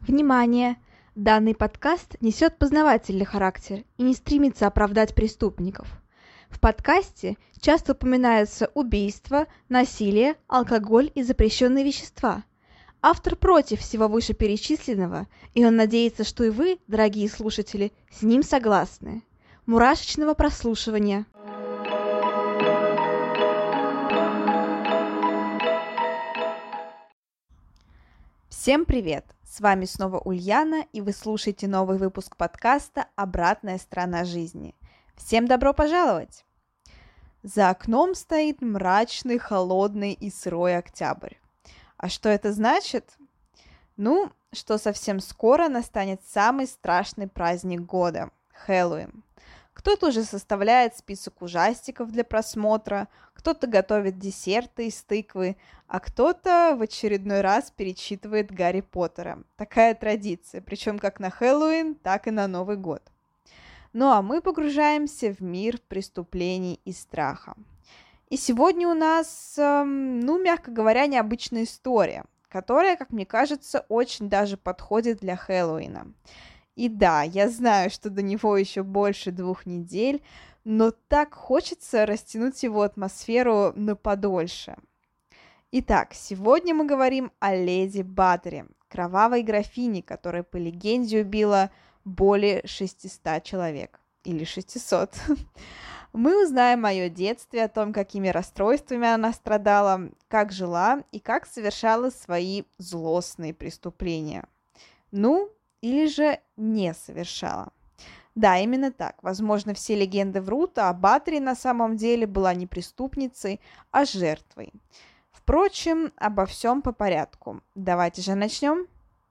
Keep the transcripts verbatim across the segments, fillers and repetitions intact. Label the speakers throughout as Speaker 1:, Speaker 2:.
Speaker 1: Внимание! Данный подкаст несет познавательный характер и не стремится оправдать преступников. В подкасте часто упоминаются убийства, насилие, алкоголь и запрещенные вещества. Автор против всего вышеперечисленного, и он надеется, что и вы, дорогие слушатели, с ним согласны. Мурашечного прослушивания! Всем привет! С вами снова Ульяна, и вы слушаете новый выпуск подкаста «Обратная сторона жизни». Всем добро пожаловать! За окном стоит мрачный, холодный и сырой октябрь. А что это значит? Ну, что совсем скоро настанет самый страшный праздник года – Хэллоуин. Кто-то уже составляет список ужастиков для просмотра, кто-то готовит десерты из тыквы, а кто-то в очередной раз перечитывает Гарри Поттера. Такая традиция, причем как на Хэллоуин, так и на Новый год. Ну а мы погружаемся в мир преступлений и страха. И сегодня у нас, ну, мягко говоря, необычная история, которая, как мне кажется, очень даже подходит для Хэллоуина. И да, я знаю, что до него еще больше двух недель, но так хочется растянуть его атмосферу на подольше. Итак, сегодня мы говорим о леди Батори, кровавой графине, которая по легенде убила более шестисот человек. Или шестисот. Мы узнаем о ее детстве, о том, какими расстройствами она страдала, как жила и как совершала свои злостные преступления. Ну, или же не совершала. Да, именно так. Возможно, все легенды врут, а Батори на самом деле была не преступницей, а жертвой. Впрочем, обо всем по порядку. Давайте же начнем.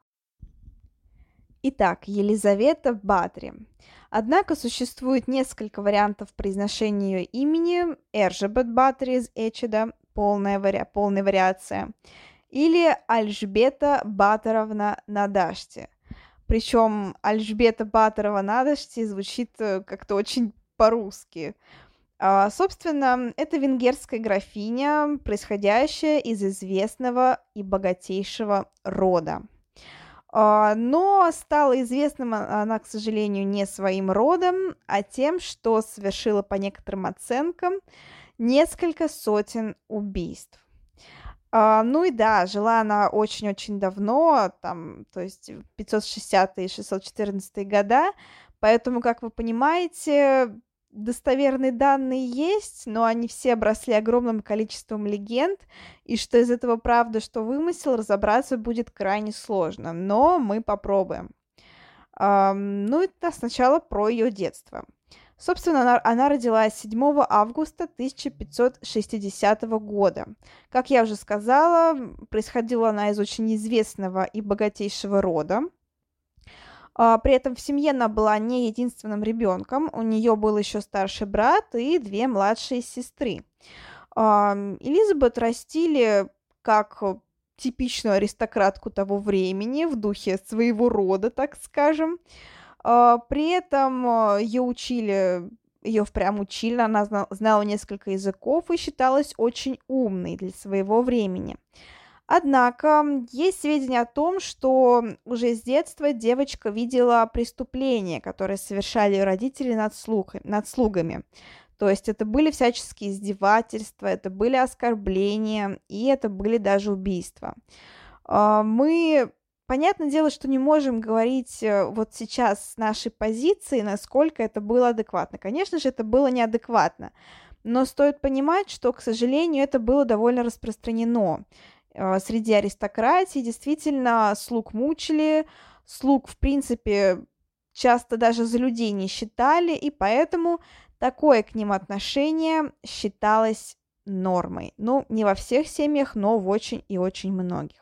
Speaker 1: Итак, Елизавета Батори. Однако существует несколько вариантов произношения ее имени. Эржебет Батори из Эчеда, полная, вари... полная вариация. Или Альжбета Баторовна Надашти. Причем Альжбета Баторова Надашти звучит как-то очень по-русски. А, собственно, это венгерская графиня, происходящая из известного и богатейшего рода. А, но стала известным она, к сожалению, не своим родом, а тем, что совершила по некоторым оценкам несколько сотен убийств. Uh, ну и да, жила она очень-очень давно, там, то есть в пятьсот шестидесятые и шестьсот четырнадцатые года, поэтому, как вы понимаете, достоверные данные есть, но они все обросли огромным количеством легенд, и что из этого правда, что вымысел, разобраться будет крайне сложно, но мы попробуем. Uh, ну это сначала про ее детство. Собственно, она, она родилась седьмого августа тысяча пятьсот шестидесятого года. Как я уже сказала, происходила она из очень известного и богатейшего рода. При этом в семье она была не единственным ребенком. У нее был еще старший брат и две младшие сестры. Элизабет растили как типичную аристократку того времени, в духе своего рода, так скажем. При этом ее учили, ее впрямь учили, она знала несколько языков и считалась очень умной для своего времени. Однако есть сведения о том, что уже с детства девочка видела преступления, которые совершали ее родители над, слух, над слугами. То есть это были всяческие издевательства, это были оскорбления и это были даже убийства. Мы... Понятное дело, что не можем говорить вот сейчас с нашей позиции, насколько это было адекватно. Конечно же, это было неадекватно, но стоит понимать, что, к сожалению, это было довольно распространено. Среди аристократии действительно слуг мучили, слуг, в принципе, часто даже за людей не считали, и поэтому такое к ним отношение считалось нормой. Ну, не во всех семьях, но в очень и очень многих.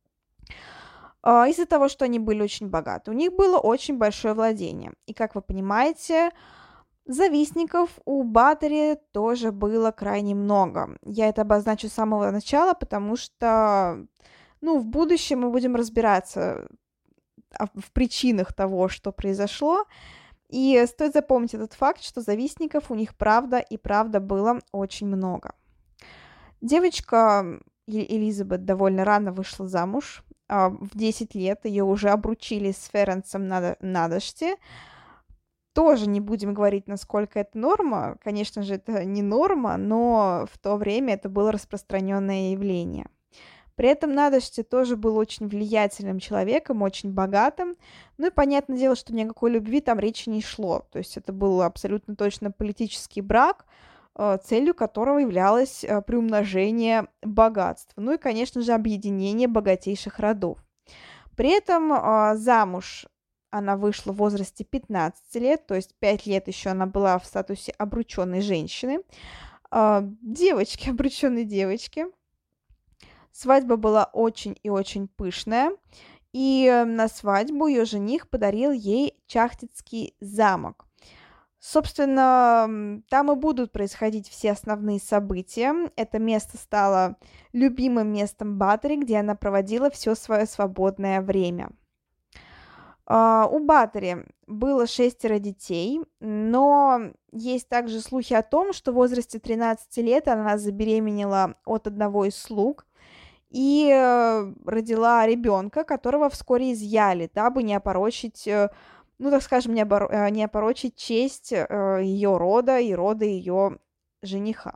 Speaker 1: Из-за того, что они были очень богаты. У них было очень большое владение. И, как вы понимаете, завистников у Батори тоже было крайне много. Я это обозначу с самого начала, потому что, ну, в будущем мы будем разбираться в причинах того, что произошло. И стоит запомнить этот факт, что завистников у них правда и правда было очень много. Девочка Элизабет довольно рано вышла замуж. а, в десять лет ее уже обручили с Ференцем на Надежде. Тоже не будем говорить, насколько это норма. Конечно же, это не норма, но в то время это было распространенное явление. При этом Надежде тоже был очень влиятельным человеком, очень богатым. Ну и понятное дело, что ни о какой любви там речи не шло. То есть это был абсолютно точно политический брак, целью которого являлось приумножение богатства. Ну и, конечно же, объединение богатейших родов. При этом замуж она вышла в возрасте пятнадцати лет, то есть пять лет еще она была в статусе обрученной женщины, девочки, обрученной девочки. Свадьба была очень и очень пышная, и на свадьбу ее жених подарил ей Чахтицкий замок. Собственно, там и будут происходить все основные события. Это место стало любимым местом Батори, где она проводила все свое свободное время. Uh, у Батори было шестеро детей, но есть также слухи о том, что в возрасте тринадцати лет она забеременела от одного из слуг и uh, родила ребенка, которого вскоре изъяли, дабы не опорочить, uh, ну, так скажем, не, обор- uh, не опорочить честь uh, ее рода и рода ее жениха.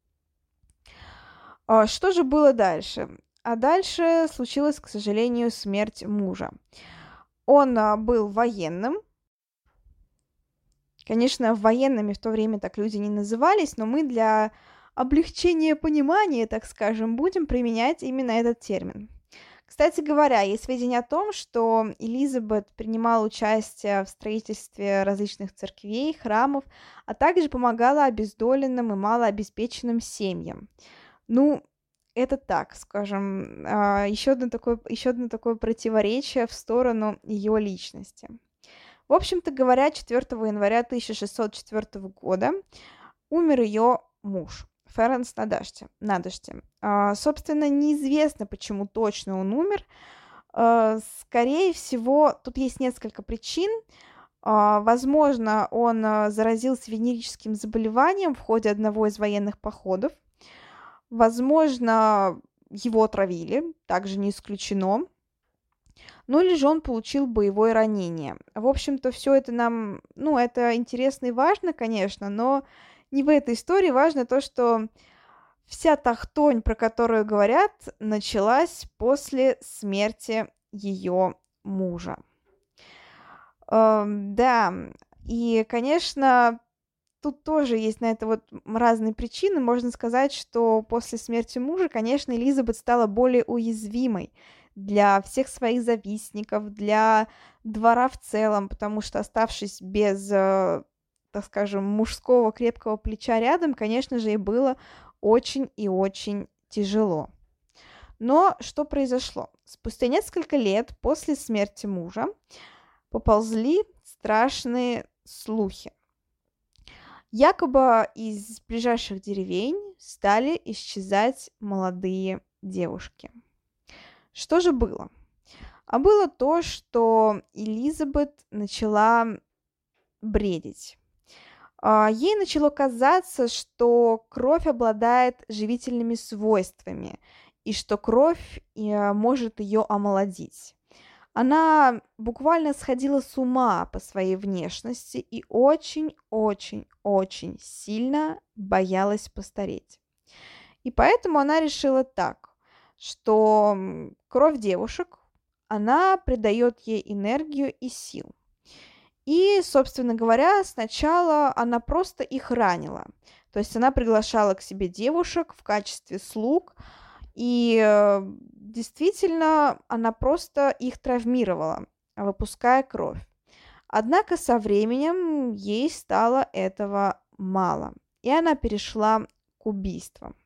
Speaker 1: Uh, что же было дальше? А дальше случилась, к сожалению, смерть мужа. Он а, был военным. Конечно, военными в то время так люди не назывались, но мы для облегчения понимания, так скажем, будем применять именно этот термин. Кстати говоря, есть сведения о том, что Элизабет принимала участие в строительстве различных церквей, храмов, а также помогала обездоленным и малообеспеченным семьям. Ну, это так, скажем, еще одно такое, еще одно такое противоречие в сторону ее личности. В общем-то говоря, четвёртого января тысяча шестьсот четвёртого года умер ее муж Ференц Надежде. Надежде. Собственно, неизвестно, почему точно он умер. Скорее всего, тут есть несколько причин. Возможно, он заразился венерическим заболеванием в ходе одного из военных походов. Возможно, его отравили, также не исключено. Ну или же он получил боевое ранение. В общем-то, все это нам, ну, это интересно и важно, конечно, но не в этой истории. Важно то, что вся та хтонь, про которую говорят, началась после смерти ее мужа. Эм, да, и, конечно, тут тоже есть на это вот разные причины. Можно сказать, что после смерти мужа, конечно, Элизабет стала более уязвимой для всех своих завистников, для двора в целом, потому что, оставшись без, так скажем, мужского крепкого плеча рядом, конечно же, ей было очень и очень тяжело. Но что произошло? Спустя несколько лет после смерти мужа поползли страшные слухи. Якобы из ближайших деревень стали исчезать молодые девушки. Что же было? А было то, что Элизабет начала бредить. Ей начало казаться, что кровь обладает живительными свойствами, и что кровь может ее омолодить. Она буквально сходила с ума по своей внешности и очень-очень-очень сильно боялась постареть. И поэтому она решила так, что кровь девушек, она придает ей энергию и сил. И, собственно говоря, сначала она просто их ранила. То есть она приглашала к себе девушек в качестве слуг, и действительно она просто их травмировала, выпуская кровь. Однако со временем ей стало этого мало, и она перешла к убийствам.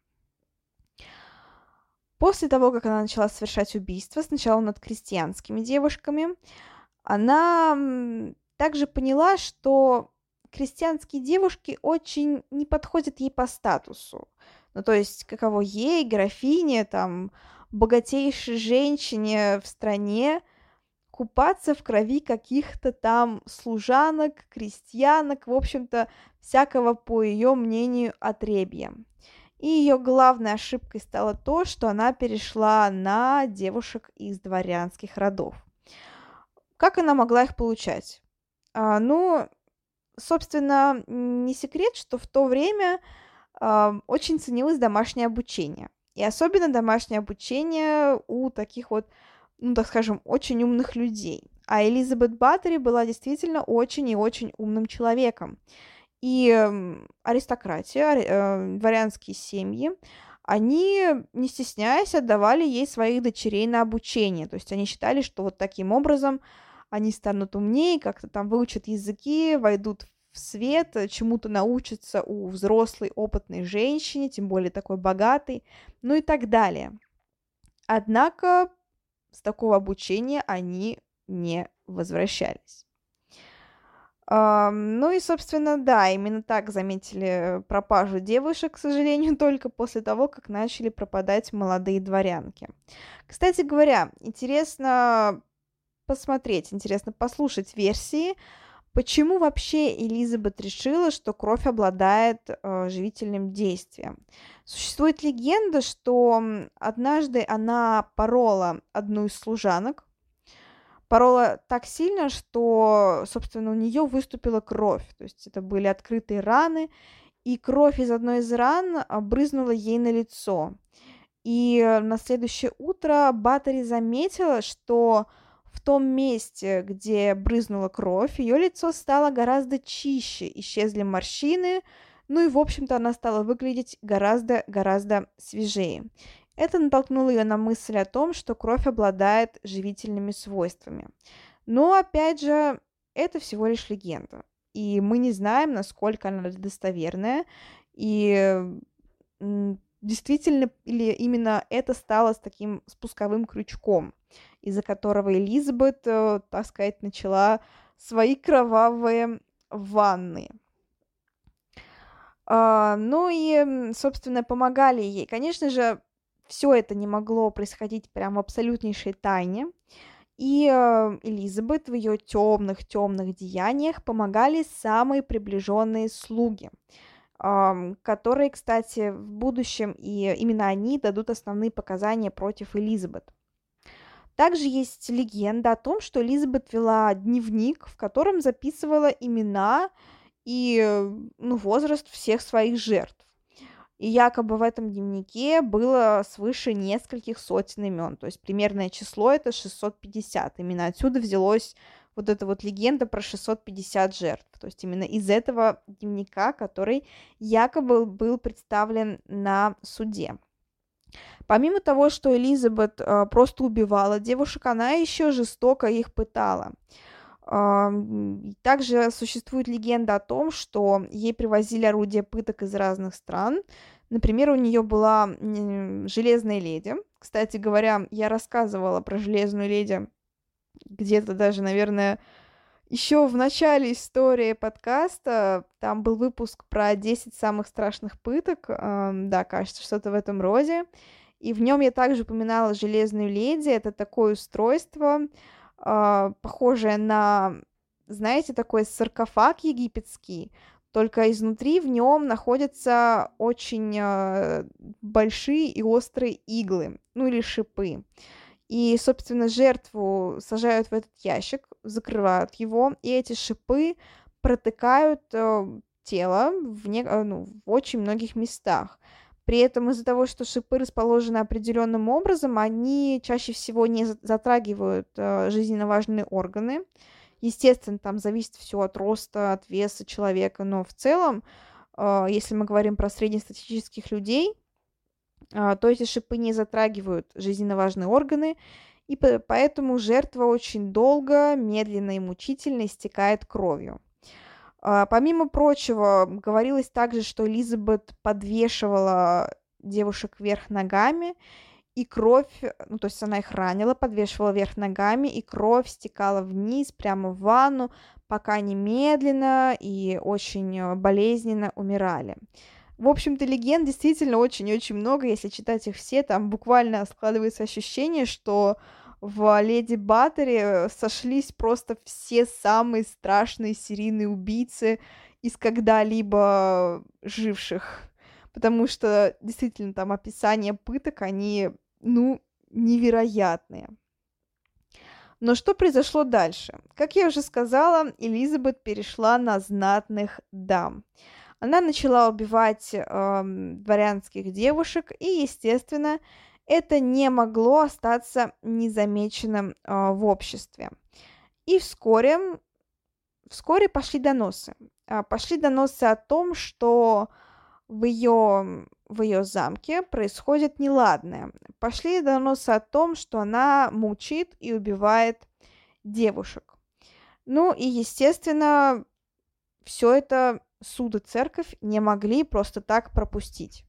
Speaker 1: После того, как она начала совершать убийства, сначала над крестьянскими девушками, она также поняла, что крестьянские девушки очень не подходят ей по статусу. Ну, то есть, каково ей, графине, там, богатейшей женщине в стране, купаться в крови каких-то там служанок, крестьянок, в общем-то, всякого, по ее мнению, отребья. И ее главной ошибкой стало то, что она перешла на девушек из дворянских родов. Как она могла их получать? А, ну, собственно, не секрет, что в то время а, очень ценилось домашнее обучение. И особенно домашнее обучение у таких вот, ну, так скажем, очень умных людей. А Элизабет Баттери была действительно очень и очень умным человеком. И м, аристократия, ари- э, дворянские семьи, они, не стесняясь, отдавали ей своих дочерей на обучение. То есть они считали, что вот таким образом они станут умнее, как-то там выучат языки, войдут в свет, э, чему-то научатся у взрослой, опытной женщины, тем более такой богатой, ну и так далее. Однако с такого обучения они не возвращались. Ам, ну и, собственно, да, именно так заметили пропажу девушек, к сожалению, только после того, как начали пропадать молодые дворянки. Кстати говоря, интересно посмотреть, интересно послушать версии, почему вообще Элизабет решила, что кровь обладает э, живительным действием. Существует легенда, что м, однажды она порола одну из служанок, порола так сильно, что, собственно, у нее выступила кровь. То есть это были открытые раны, и кровь из одной из ран а, брызнула ей на лицо. И э, на следующее утро Баттери заметила, что в том месте, где брызнула кровь, ее лицо стало гораздо чище, исчезли морщины, ну и, в общем-то, она стала выглядеть гораздо-гораздо свежее. Это натолкнуло ее на мысль о том, что кровь обладает живительными свойствами. Но, опять же, это всего лишь легенда. И мы не знаем, насколько она достоверная. И м, действительно, или именно это стало с таким спусковым крючком, из-за которого Элизабет, э, так сказать, начала свои кровавые ванны. А, ну и, м, собственно, помогали ей. Конечно же, все это не могло происходить прям в абсолютнейшей тайне. И э, Элизабет в ее темных темных деяниях помогали самые приближенные слуги, ам, которые, кстати, в будущем и именно они дадут основные показания против Элизабет. Также есть легенда о том, что Элизабет вела дневник, в котором записывала имена и э, ну, возраст всех своих жертв. И якобы в этом дневнике было свыше нескольких сотен имен. То есть примерное число это шестьсот пятьдесят. Именно отсюда взялось вот эта вот легенда про шестьсот пятьдесят жертв. То есть именно из этого дневника, который якобы был представлен на суде. Помимо того, что Элизабет э, просто убивала девушек, она еще жестоко их пытала. Ам, Также существует легенда о том, что ей привозили орудия пыток из разных стран. Например, у нее была м, железная леди. Кстати говоря, я рассказывала про железную леди где-то даже, наверное, еще в начале истории подкаста. Там был выпуск про десять самых страшных пыток. Ам, Да, кажется, что-то в этом роде. И в нем я также упоминала железную леди. Это такое устройство, а, похожее на, знаете, такой саркофаг египетский, только изнутри в нем находятся очень а, большие и острые иглы, ну или шипы. И, собственно, жертву сажают в этот ящик, закрывают его, и эти шипы протыкают э, тело в, не, э, ну, в очень многих местах. При этом из-за того, что шипы расположены определенным образом, они чаще всего не за- затрагивают э, жизненно важные органы. Естественно, там зависит все от роста, от веса человека, но в целом, э, если мы говорим про среднестатистических людей, а, то эти шипы не затрагивают жизненно важные органы, и по- поэтому жертва очень долго, медленно и мучительно истекает кровью. А, Помимо прочего, говорилось также, что Элизабет подвешивала девушек вверх ногами, и кровь, ну, то есть она их ранила, подвешивала вверх ногами, и кровь стекала вниз, прямо в ванну, пока они медленно и очень э, болезненно умирали. В общем-то, легенд действительно очень-очень много. Если читать их все, там буквально складывается ощущение, что в «Леди Баттере» сошлись просто все самые страшные серийные убийцы из когда-либо живших. потому что действительно там описания пыток, они, ну, невероятные. Но что произошло дальше? Как я уже сказала, Элизабет перешла на знатных дам. Она начала убивать э, дворянских девушек, и, естественно, это не могло остаться незамеченным э, в обществе. И вскоре, вскоре пошли доносы. А, Пошли доносы о том, что в ее, в ее замке происходит неладное. Пошли доносы о том, что она мучит и убивает девушек. Ну и, естественно, все это суд и церковь не могли просто так пропустить.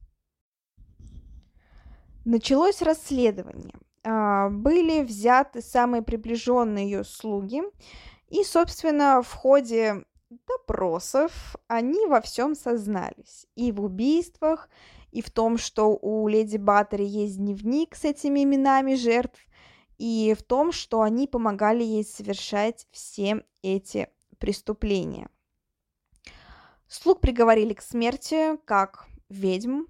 Speaker 1: Началось расследование. А, Были взяты самые приближенные ее слуги, и, собственно, в ходе допросов они во всем сознались. И в убийствах, и в том, что у леди Баттери есть дневник с этими именами жертв, и в том, что они помогали ей совершать все эти преступления. Слуг приговорили к смерти как ведьм,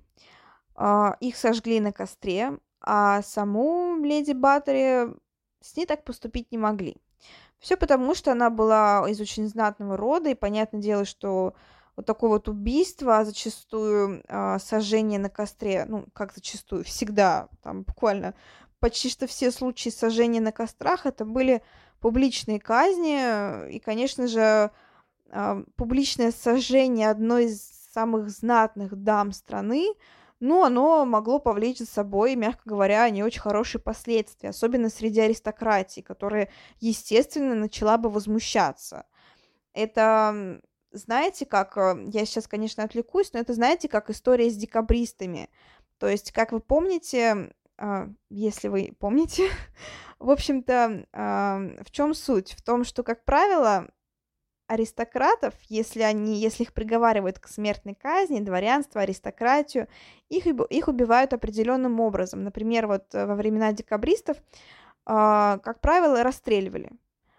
Speaker 1: а, их сожгли на костре, а саму леди Баттери с ней так поступить не могли. Все потому, что она была из очень знатного рода, и понятное дело, что вот такое вот убийство, а зачастую а, сожжение на костре, ну, как зачастую, всегда, там буквально почти что все случаи сожжения на кострах, это были публичные казни, и, конечно же, а, публичное сожжение одной из самых знатных дам страны, ну, оно могло повлечь за собой, мягко говоря, не очень хорошие последствия, особенно среди аристократии, которая, естественно, начала бы возмущаться. Это, м, знаете, как, э, я сейчас, конечно, отвлекусь, но это, знаете, как история с декабристами. То есть, как вы помните, а, если вы помните, в общем-то, а, в чем суть? В том, что, как правило, аристократов, если они, если их приговаривают к смертной казни, дворянство, аристократию, их, иб- их убивают определенным образом. Например, вот э, во времена декабристов, а, как правило, расстреливали.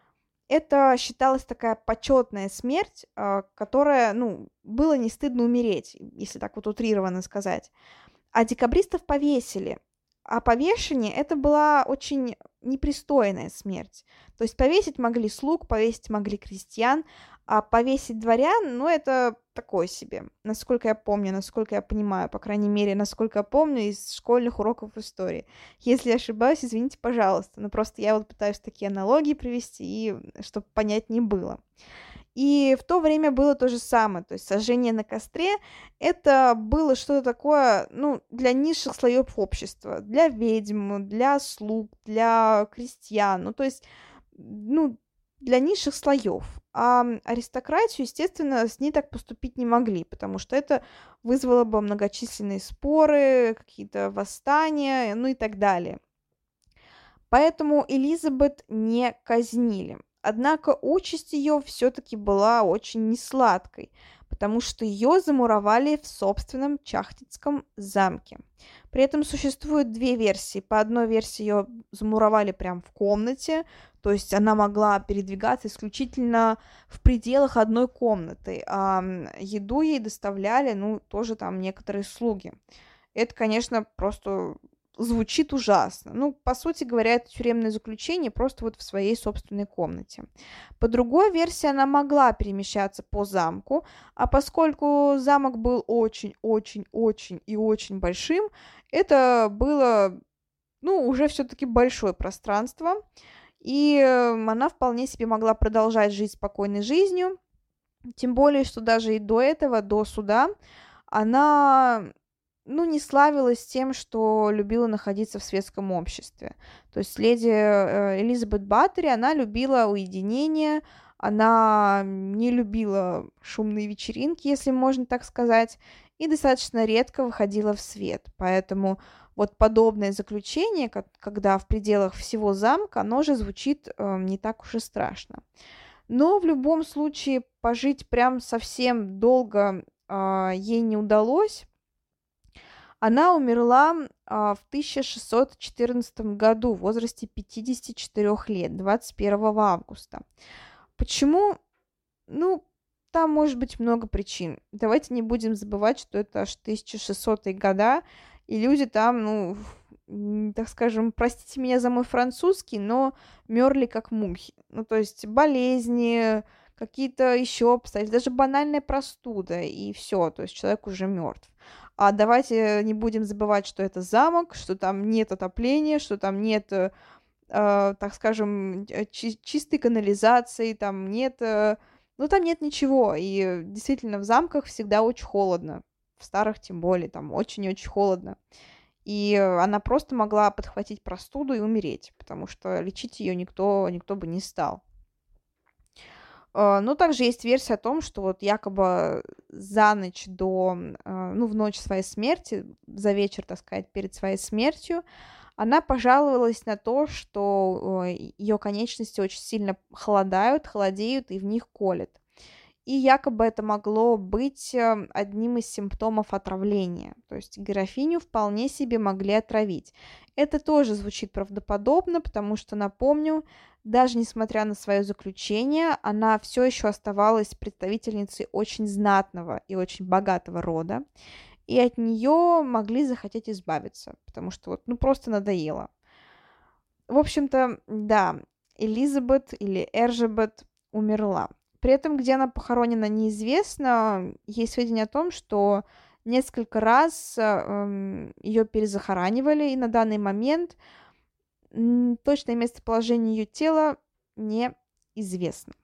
Speaker 1: Это считалась такая почетная смерть, а, которая, ну, было не стыдно умереть, если так вот утрированно сказать. А декабристов повесили. А повешение это была очень непристойная смерть. То есть повесить могли слуг, повесить могли крестьян, а повесить дворян, ну, это такое себе. Насколько я помню, насколько я понимаю, по крайней мере, насколько я помню из школьных уроков истории. Если я ошибаюсь, извините, пожалуйста. Но просто я вот пытаюсь такие аналогии привести, и чтобы понять не было. И в то время было то же самое, то есть сожжение на костре это было что-то такое, ну, для низших слоев общества, для ведьм, для слуг, для крестьян, ну, то есть, ну, для низших слоев. А аристократию, естественно, с ней так поступить не могли, потому что это вызвало бы многочисленные споры, какие-то восстания, ну и так далее. Поэтому Элизабет не казнили. Однако участь ее все-таки была очень несладкой, потому что ее замуровали в собственном Чахтицком замке. При этом существует две версии. По одной версии ее замуровали прямо в комнате, то есть она могла передвигаться исключительно в пределах одной комнаты, а еду ей доставляли, ну, тоже там некоторые слуги. Это, конечно, просто звучит ужасно. Ну, по сути говоря, это тюремное заключение просто вот в своей собственной комнате. По другой версии, она могла перемещаться по замку, а поскольку замок был очень-очень-очень и очень большим, это было, ну, уже все-таки большое пространство, и э, она вполне себе могла продолжать жить спокойной жизнью, тем более, что даже и до этого, до суда, она, ну, не славилась тем, что любила находиться в светском обществе. То есть леди э, Элизабет Баттери, она любила уединение, она не любила шумные вечеринки, если можно так сказать, и достаточно редко выходила в свет. Поэтому вот подобное заключение, как, когда в пределах всего замка, оно же звучит э, не так уж и страшно. Но в любом случае пожить прям совсем долго а, ей не удалось. Она умерла а, в тысяча шестьсот четырнадцатом году в возрасте пятидесяти четырёх лет, двадцать первого августа. Почему? Ну, там может быть много причин. Давайте не будем забывать, что это аж тысяча шестисотые года, и люди там, ну, м, так скажем, простите меня за мой французский, но мерли как мухи. Ну, то есть болезни, какие-то еще обстоятельства, даже банальная простуда, и все, то есть человек уже мертв. А давайте не будем забывать, что это замок, что там нет отопления, что там нет, э, э, так скажем, э, чи- чистой канализации, там нет, э, ну там нет ничего. И э, действительно в замках всегда очень холодно, в старых тем более, там очень-очень холодно. И э, она просто могла подхватить простуду и умереть, потому что лечить ее никто, никто бы не стал. Э, Ну, также есть версия о том, что вот якобы за ночь до, м, э, ну, в ночь своей смерти, за вечер, так сказать, перед своей смертью, она пожаловалась на то, что ее конечности очень сильно холодают, холодеют и в них колет. И якобы это могло быть э, одним из симптомов отравления. То есть графиню вполне себе могли отравить. Это тоже звучит правдоподобно, потому что, напомню, даже несмотря на свое заключение, она все еще оставалась представительницей очень знатного и очень богатого рода, и от нее могли захотеть избавиться, потому что вот, ну, просто надоело. В общем-то, да, Элизабет или Эржебет умерла. При этом, где она похоронена, неизвестно. Есть сведения о том, что несколько раз ее перезахоранивали, и на данный момент м, точное местоположение ее тела неизвестно.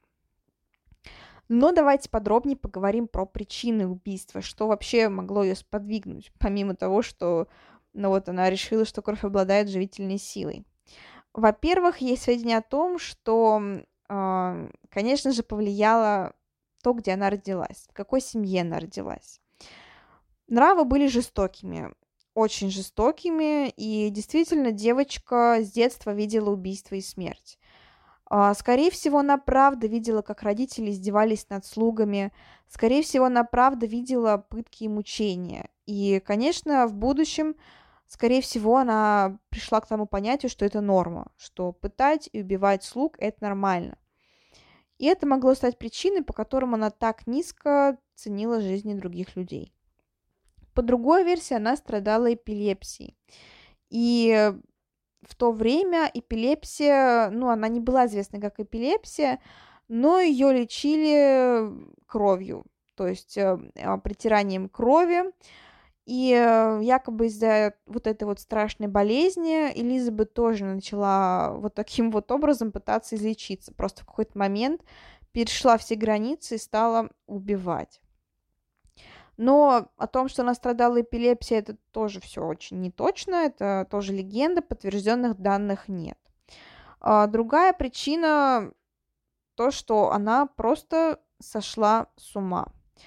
Speaker 1: Но давайте подробнее поговорим про причины убийства, что вообще могло ее сподвигнуть, помимо того, что ну вот она решила, что кровь обладает живительной силой. Во-первых, есть сведения о том, что, а, конечно же, повлияло то, где она родилась, в какой семье она родилась. Нравы были жестокими, очень жестокими, и действительно девочка с детства видела убийство и смерть. А, Скорее всего, она правда видела, как родители издевались над слугами. Скорее всего, она правда видела пытки и мучения. И, конечно, в будущем, скорее всего, она пришла к тому понятию, что это норма, что пытать и убивать слуг – это нормально. И это могло стать причиной, по которым она так низко ценила жизни других людей. По другой версии, она страдала эпилепсией. И в то время эпилепсия, ну, она не была известна как эпилепсия, но ее лечили кровью, то есть э, а, притиранием крови. И э, якобы из-за вот этой вот страшной болезни Элизабет тоже начала вот таким вот образом пытаться излечиться. Просто в какой-то момент перешла все границы и стала убивать. Но о том, что она страдала эпилепсией, это тоже все очень неточно, это тоже легенда, подтвержденных данных нет. А другая причина то, что она просто сошла с ума.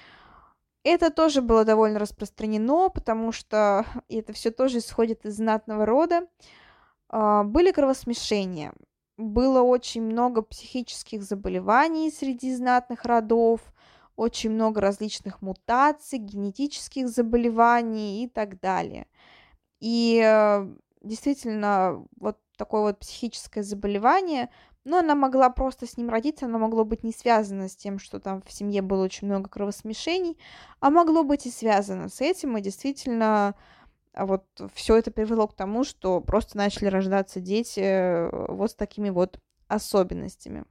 Speaker 1: Это тоже было довольно распространено, потому что это все тоже исходит из знатного рода. А, Были кровосмешения, было очень много психических заболеваний среди знатных родов, очень много различных мутаций, генетических заболеваний и так далее. И э, действительно, вот такое вот психическое заболевание, но она могла просто с ним родиться, оно могло быть не связано с тем, что там в семье было очень много кровосмешений, а могло быть и связано с этим, и действительно а вот все это привело к тому, что просто начали рождаться дети э, вот с такими вот особенностями.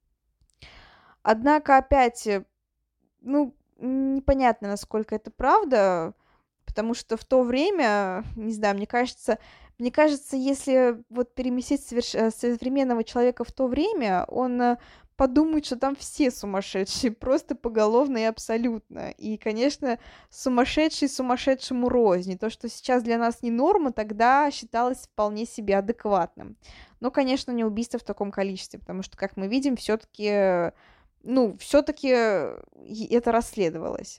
Speaker 1: Однако опять, э, ну, непонятно, насколько это правда, потому что в то время, не знаю, мне кажется, мне кажется, если вот переместить соверш- э, современного человека в то время, он э, подумает, что там все сумасшедшие, просто поголовно и абсолютно. И, конечно, сумасшедший сумасшедшему рознь. То, что сейчас для нас не норма, тогда считалось вполне себе адекватным. Но, конечно, не убийство в таком количестве, потому что, как мы видим, все-таки, ну, все-таки это расследовалось.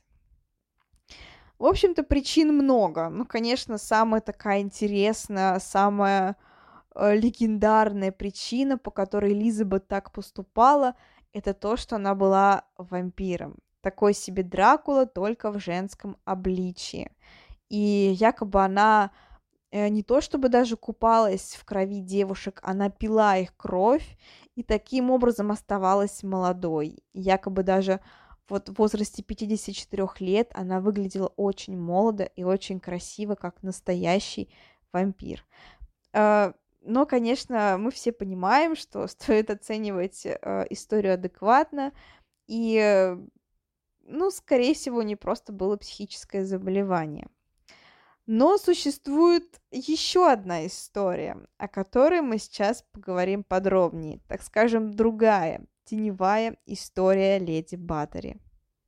Speaker 1: В общем-то, причин много. Ну, конечно, самая такая интересная, самая э, легендарная причина, по которой Элизабет так поступала, это то, что она была вампиром. Такой себе Дракула, только в женском обличии. И якобы она э, не то чтобы даже купалась в крови девушек, она пила их кровь и таким образом оставалась молодой. Якобы даже вот в возрасте пятидесяти четырёх лет она выглядела очень молодо и очень красиво, как настоящий вампир. Э, но, конечно, мы все понимаем, что стоит оценивать, э, историю адекватно, и, э, ну, скорее всего, не просто было психическое заболевание. Но существует еще одна история, о которой мы сейчас поговорим подробнее, так скажем, другая, теневая история леди Баттери.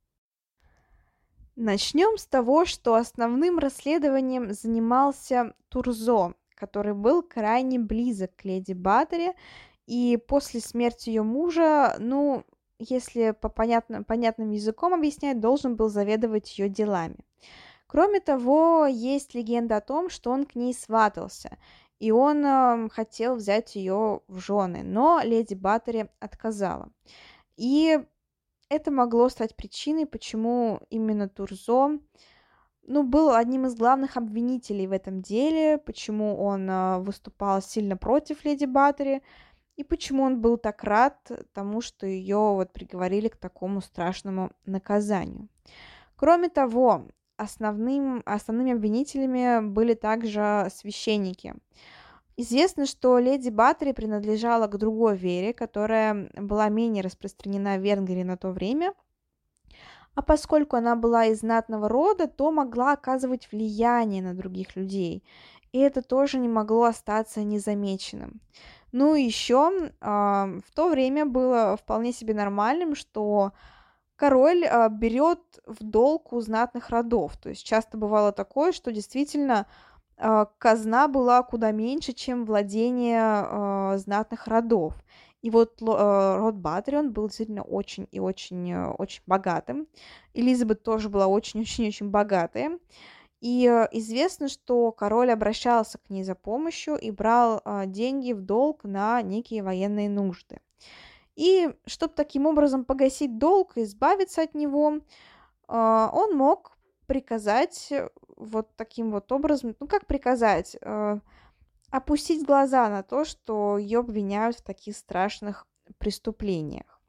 Speaker 1: Начнем с того, что основным расследованием занимался Турзо, который был крайне близок к леди Баттери, и после смерти ее мужа, ну, если по понятным, понятным языком объяснять, должен был заведовать ее делами. Кроме того, есть легенда о том, что он к ней сватался, и он э, хотел взять ее в жены, но леди Баттери отказала. И это могло стать причиной, почему именно Турзо, ну, был одним из главных обвинителей в этом деле, почему он э, выступал сильно против леди Баттери, и почему он был так рад тому, что ее вот приговорили к такому страшному наказанию. Кроме того, основным, основными обвинителями были также священники. Известно, что леди Баттери принадлежала к другой вере, которая была менее распространена в Венгрии на то время, а поскольку она была из знатного рода, то могла оказывать влияние на других людей, и это тоже не могло остаться незамеченным. Ну и еще в то время было вполне себе нормальным, что король а, берет в долг у знатных родов. То есть часто бывало такое, что действительно а, казна была куда меньше, чем владение а, знатных родов. И вот ло- а, род Баттери, он был действительно очень и очень, э, очень богатым. Элизабет тоже была очень-очень-очень богатая. И э, известно, что король обращался к ней за помощью и брал а, деньги в долг на некие военные нужды. И чтобы таким образом погасить долг и избавиться от него, а, он мог приказать э, вот таким вот образом, ну как приказать, э, опустить глаза на то, что ее обвиняют в таких страшных преступлениях.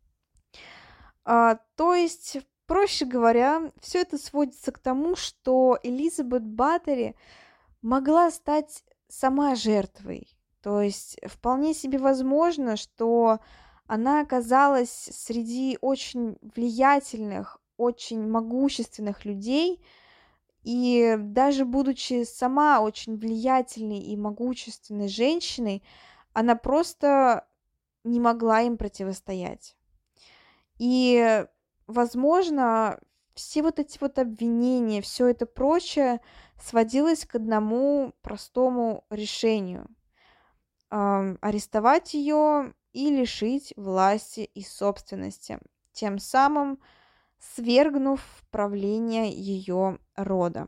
Speaker 1: А, то есть, проще говоря, все это сводится к тому, что Элизабет Баттери могла стать сама жертвой. То есть вполне себе возможно, что она оказалась среди очень влиятельных, очень могущественных людей, и даже будучи сама очень влиятельной и могущественной женщиной, она просто не могла им противостоять. И, возможно, все вот эти вот обвинения, все это прочее сводилось к одному простому решению: ам, арестовать ее и лишить власти и собственности, тем самым свергнув правление ее рода.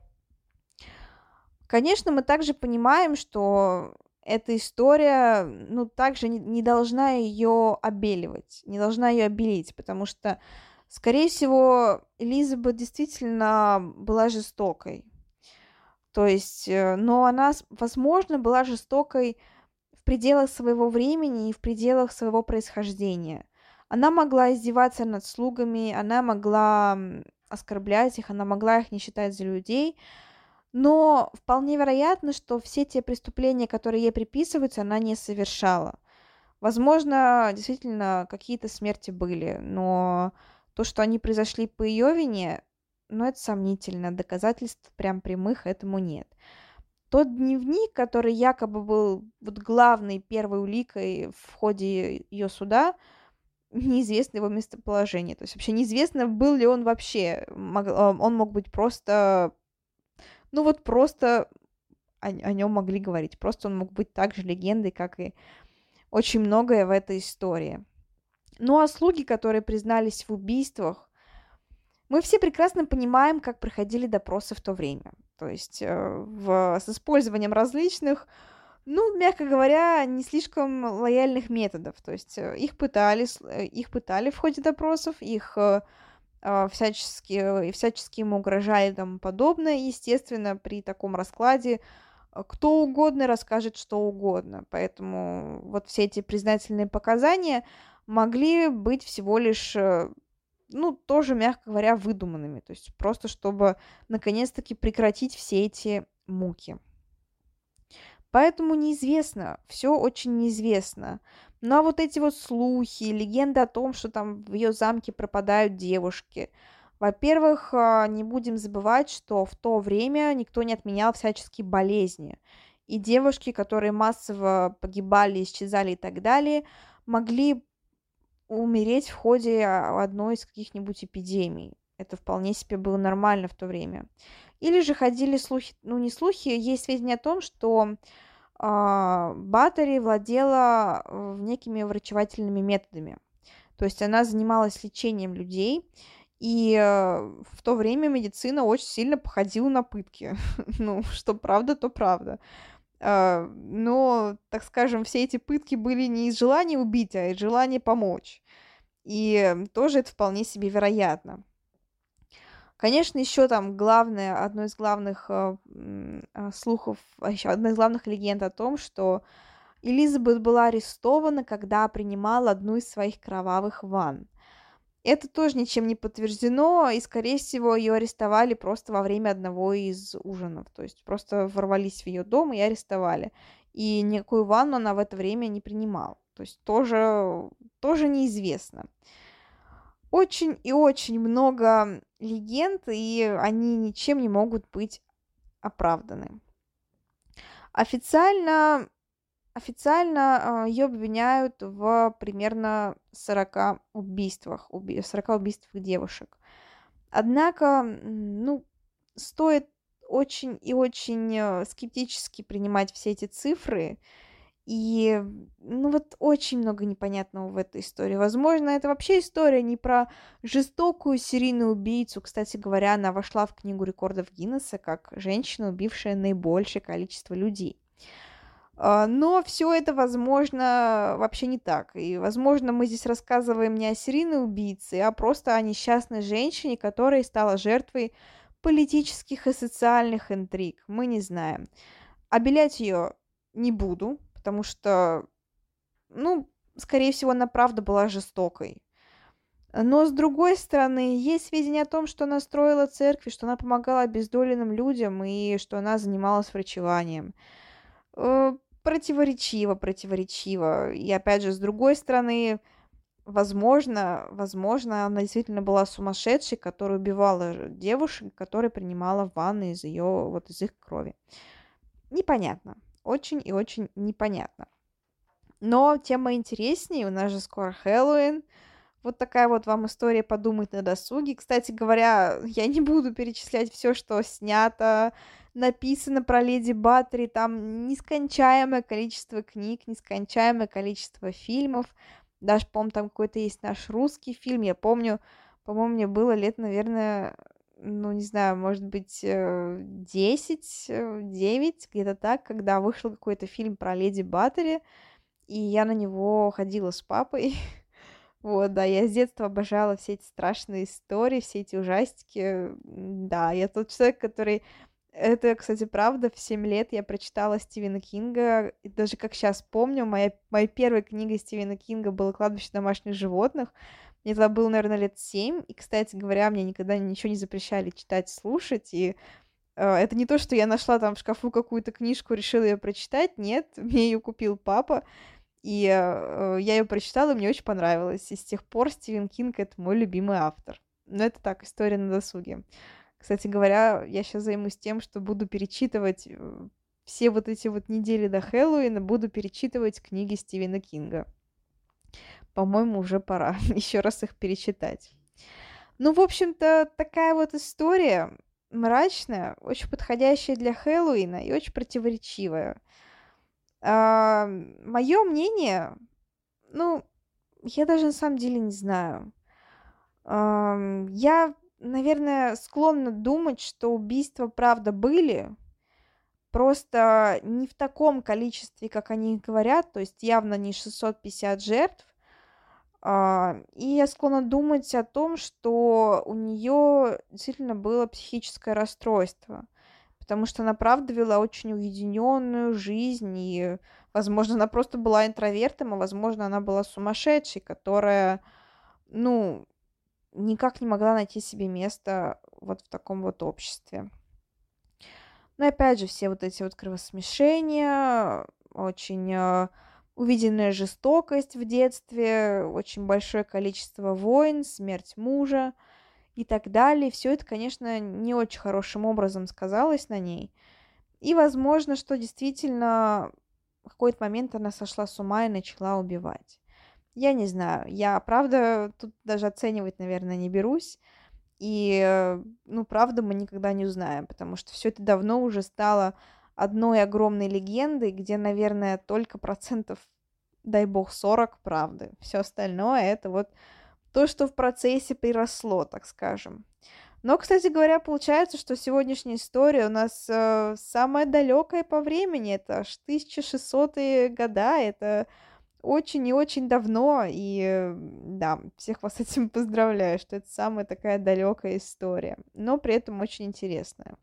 Speaker 1: Конечно, мы также понимаем, что эта история, ну, также не, не должна ее обеливать, не должна ее обелить, потому что, скорее всего, Элизабет действительно была жестокой. То есть, э, но она, с- возможно, была жестокой в пределах своего времени и в пределах своего происхождения. Она могла издеваться над слугами, она могла м, оскорблять их, она могла их не считать за людей, но вполне вероятно, что все те преступления, которые ей приписываются, она не совершала. Возможно, действительно, какие-то смерти были, но то, что они произошли по ее вине, ну, это сомнительно, доказательств прям прямых этому нет. Тот дневник, который якобы был вот главной первой уликой в ходе ее суда, неизвестно его местоположение. То есть вообще неизвестно, был ли он вообще. Мог- а, он мог быть просто, ну вот просто о, о нем могли говорить. Просто он мог быть так же легендой, как и очень многое в этой истории. Ну а слуги, которые признались в убийствах, мы все прекрасно понимаем, как проходили допросы в то время. То есть э, в, с использованием различных, ну, мягко говоря, не слишком лояльных методов. То есть э, их пытали, с- э, их пытали в ходе допросов, их э, э, всячески, всячески им угрожали и тому подобное. Естественно, при таком раскладе э, кто угодно расскажет что угодно. Поэтому вот все эти признательные показания могли быть всего лишь э, ну, тоже, мягко говоря, выдуманными. То есть просто чтобы наконец-таки прекратить все эти муки. Поэтому неизвестно, все очень неизвестно. Ну, а вот эти вот слухи, легенды о том, что там в ее замке пропадают девушки. Во-первых, а, не будем забывать, что в то время никто не отменял всяческие болезни. И девушки, которые массово погибали, исчезали и так далее, могли умереть в ходе а, одной из каких-нибудь эпидемий. Это вполне себе было нормально в то время. Или же ходили слухи, ну не слухи, есть сведения о том, что а, Баттери владела э, некими врачевательными методами. То есть она занималась лечением людей, и э, в то время медицина очень сильно походила на пытки. Ну, что правда, то правда. А, Но, так скажем, все эти пытки были не из желания убить, а из желания помочь. И э, тоже это вполне себе вероятно. Конечно, еще там главное, одно из главных э, м, а, слухов, а еще одна из главных легенд о том, что Элизабет была арестована, когда принимала одну из своих кровавых ванн. Это тоже ничем не подтверждено, и, скорее всего, ее арестовали просто во время одного из ужинов. То есть просто ворвались в ее дом и арестовали. И никакую ванну она в это время не принимала. То есть тоже, тоже неизвестно. Очень и очень много легенд, и они ничем не могут быть оправданы. Официально Официально ее обвиняют в примерно сорока убийствах, уби- сорока убийствах девушек. Однако, м, ну, стоит очень и очень э, скептически принимать все эти цифры. И, ну, вот очень много непонятного в этой истории. Возможно, это вообще история не про жестокую серийную убийцу. Кстати говоря, она вошла в книгу рекордов Гиннесса как женщина, убившая наибольшее количество людей. А, Но все это, возможно, вообще не так. И, возможно, мы здесь рассказываем не о серийной убийце, а просто о несчастной женщине, которая стала жертвой политических и социальных интриг. Мы не знаем. Обелять ее не буду, потому что, ну, скорее всего, она правда была жестокой. Но, с другой стороны, есть сведения о том, что она строила церкви, что она помогала обездоленным людям и что она занималась врачеванием. Э, Противоречиво, противоречиво. И опять же, с другой стороны, возможно, возможно, она действительно была сумасшедшей, которая убивала ж- девушек, которая принимала ванны из ее, вот из их крови. Непонятно. Очень и очень непонятно. Но тема интереснее, у нас же скоро Хэллоуин. Вот такая вот вам история подумать на досуге. Кстати говоря, я не буду перечислять все, что снято, написано про Леди Баттери. Там нескончаемое количество книг, нескончаемое количество фильмов. Даже, по-моему, там какой-то есть наш русский фильм. Я помню, по-моему, мне было лет, наверное, ну, не знаю, может быть, э, десять, э, девять, где-то так, когда вышел какой-то фильм про Леди Баттери, и я на него ходила с папой. Вот, да, я с детства обожала все эти страшные истории, все эти ужастики. М, Да, я тот человек, который... Это, кстати, правда, в семь лет я прочитала Стивена Кинга, и даже как сейчас помню, моя, моя первая книга Стивена Кинга была «Кладбище домашних животных». Мне тогда было, наверное, лет семь, и, кстати говоря, мне никогда ничего не запрещали читать, слушать, и э, это не то, что я нашла там в шкафу какую-то книжку, решила ее прочитать, нет, мне ее купил папа, и э, я ее прочитала, и мне очень понравилось. И с тех пор Стивен Кинг — это мой любимый автор. Но это так, история на досуге. Кстати говоря, я сейчас займусь тем, что буду перечитывать э, все вот эти вот недели до Хэллоуина, буду перечитывать книги Стивена Кинга. По-моему, уже пора еще раз их перечитать. Ну, в общем-то, такая вот история мрачная, очень подходящая для Хэллоуина и очень противоречивая. Мое мнение, ну, я даже на самом деле не знаю. Ам, я, наверное, склонна думать, что убийства, правда, были, просто не в таком количестве, как они говорят, то есть явно не шестьсот пятьдесят жертв. А, И я склонна думать о том, что у нее действительно было психическое расстройство, потому что она, правда, вела очень уединенную жизнь, и, возможно, она просто была интровертом, а, возможно, она была сумасшедшей, которая, ну, никак не могла найти себе место вот в таком вот обществе. Но опять же, все вот эти вот кровосмешения, очень э, увиденная жестокость в детстве, очень большое количество войн, смерть мужа и так далее. Все это, конечно, не очень хорошим образом сказалось на ней. И возможно, что действительно в какой-то момент она сошла с ума и начала убивать. Я не знаю. Я, правда, тут даже оценивать, наверное, не берусь. И, э, ну, правда, мы никогда не узнаем, потому что все это давно уже стало одной огромной легендой, где, наверное, только процентов, дай бог, сорок правды. Все остальное это вот то, что в процессе приросло, так скажем. Но, кстати говоря, получается, что сегодняшняя история у нас э, самая далекая по времени. Это аж тысяча шестисотые года. Это очень и очень давно. И э, да, всех вас с этим поздравляю, что это самая такая далекая история. Но при этом очень интересная.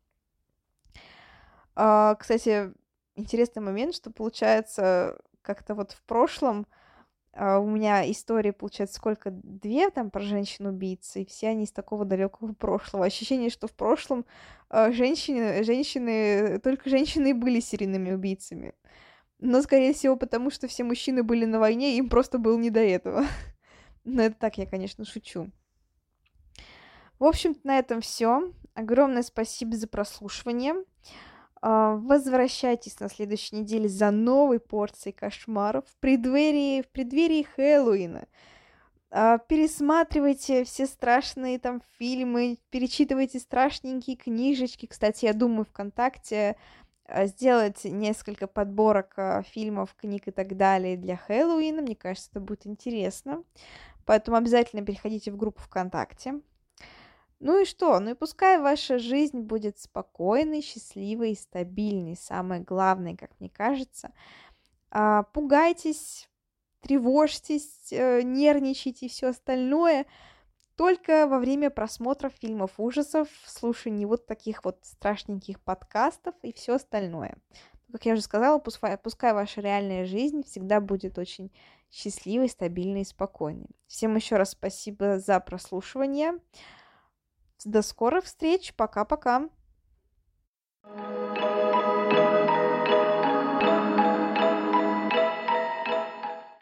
Speaker 1: А, кстати, интересный момент, что получается как-то вот в прошлом а, у меня истории, получается, сколько? Две там про женщин-убийцы, и все они из такого далекого прошлого. Ощущение, что в прошлом а, женщины, женщины, только женщины и были серийными убийцами. Но, скорее всего, потому что все мужчины были на войне, и им просто было не до этого. Но это так, я, конечно, шучу. В общем-то, на этом все. Огромное спасибо за прослушивание. А, Возвращайтесь на следующей неделе за новой порцией кошмаров в преддверии, в преддверии Хэллоуина. А, Пересматривайте все страшные там фильмы, перечитывайте страшненькие книжечки. Кстати, я думаю, ВКонтакте а, сделать несколько подборок а, фильмов, книг и так далее для Хэллоуина. Мне кажется, это будет интересно. Поэтому обязательно переходите в группу ВКонтакте. Ну и что? Ну и пускай ваша жизнь будет спокойной, счастливой и стабильной. Самое главное, как мне кажется. А, Пугайтесь, тревожьтесь, э, нервничайте и все остальное только во время просмотра фильмов ужасов, слушания вот таких вот страшненьких подкастов и все остальное. Как я уже сказала, пускай, пускай ваша реальная жизнь всегда будет очень счастливой, стабильной и спокойной. Всем еще раз спасибо за прослушивание. До скорых встреч. Пока-пока.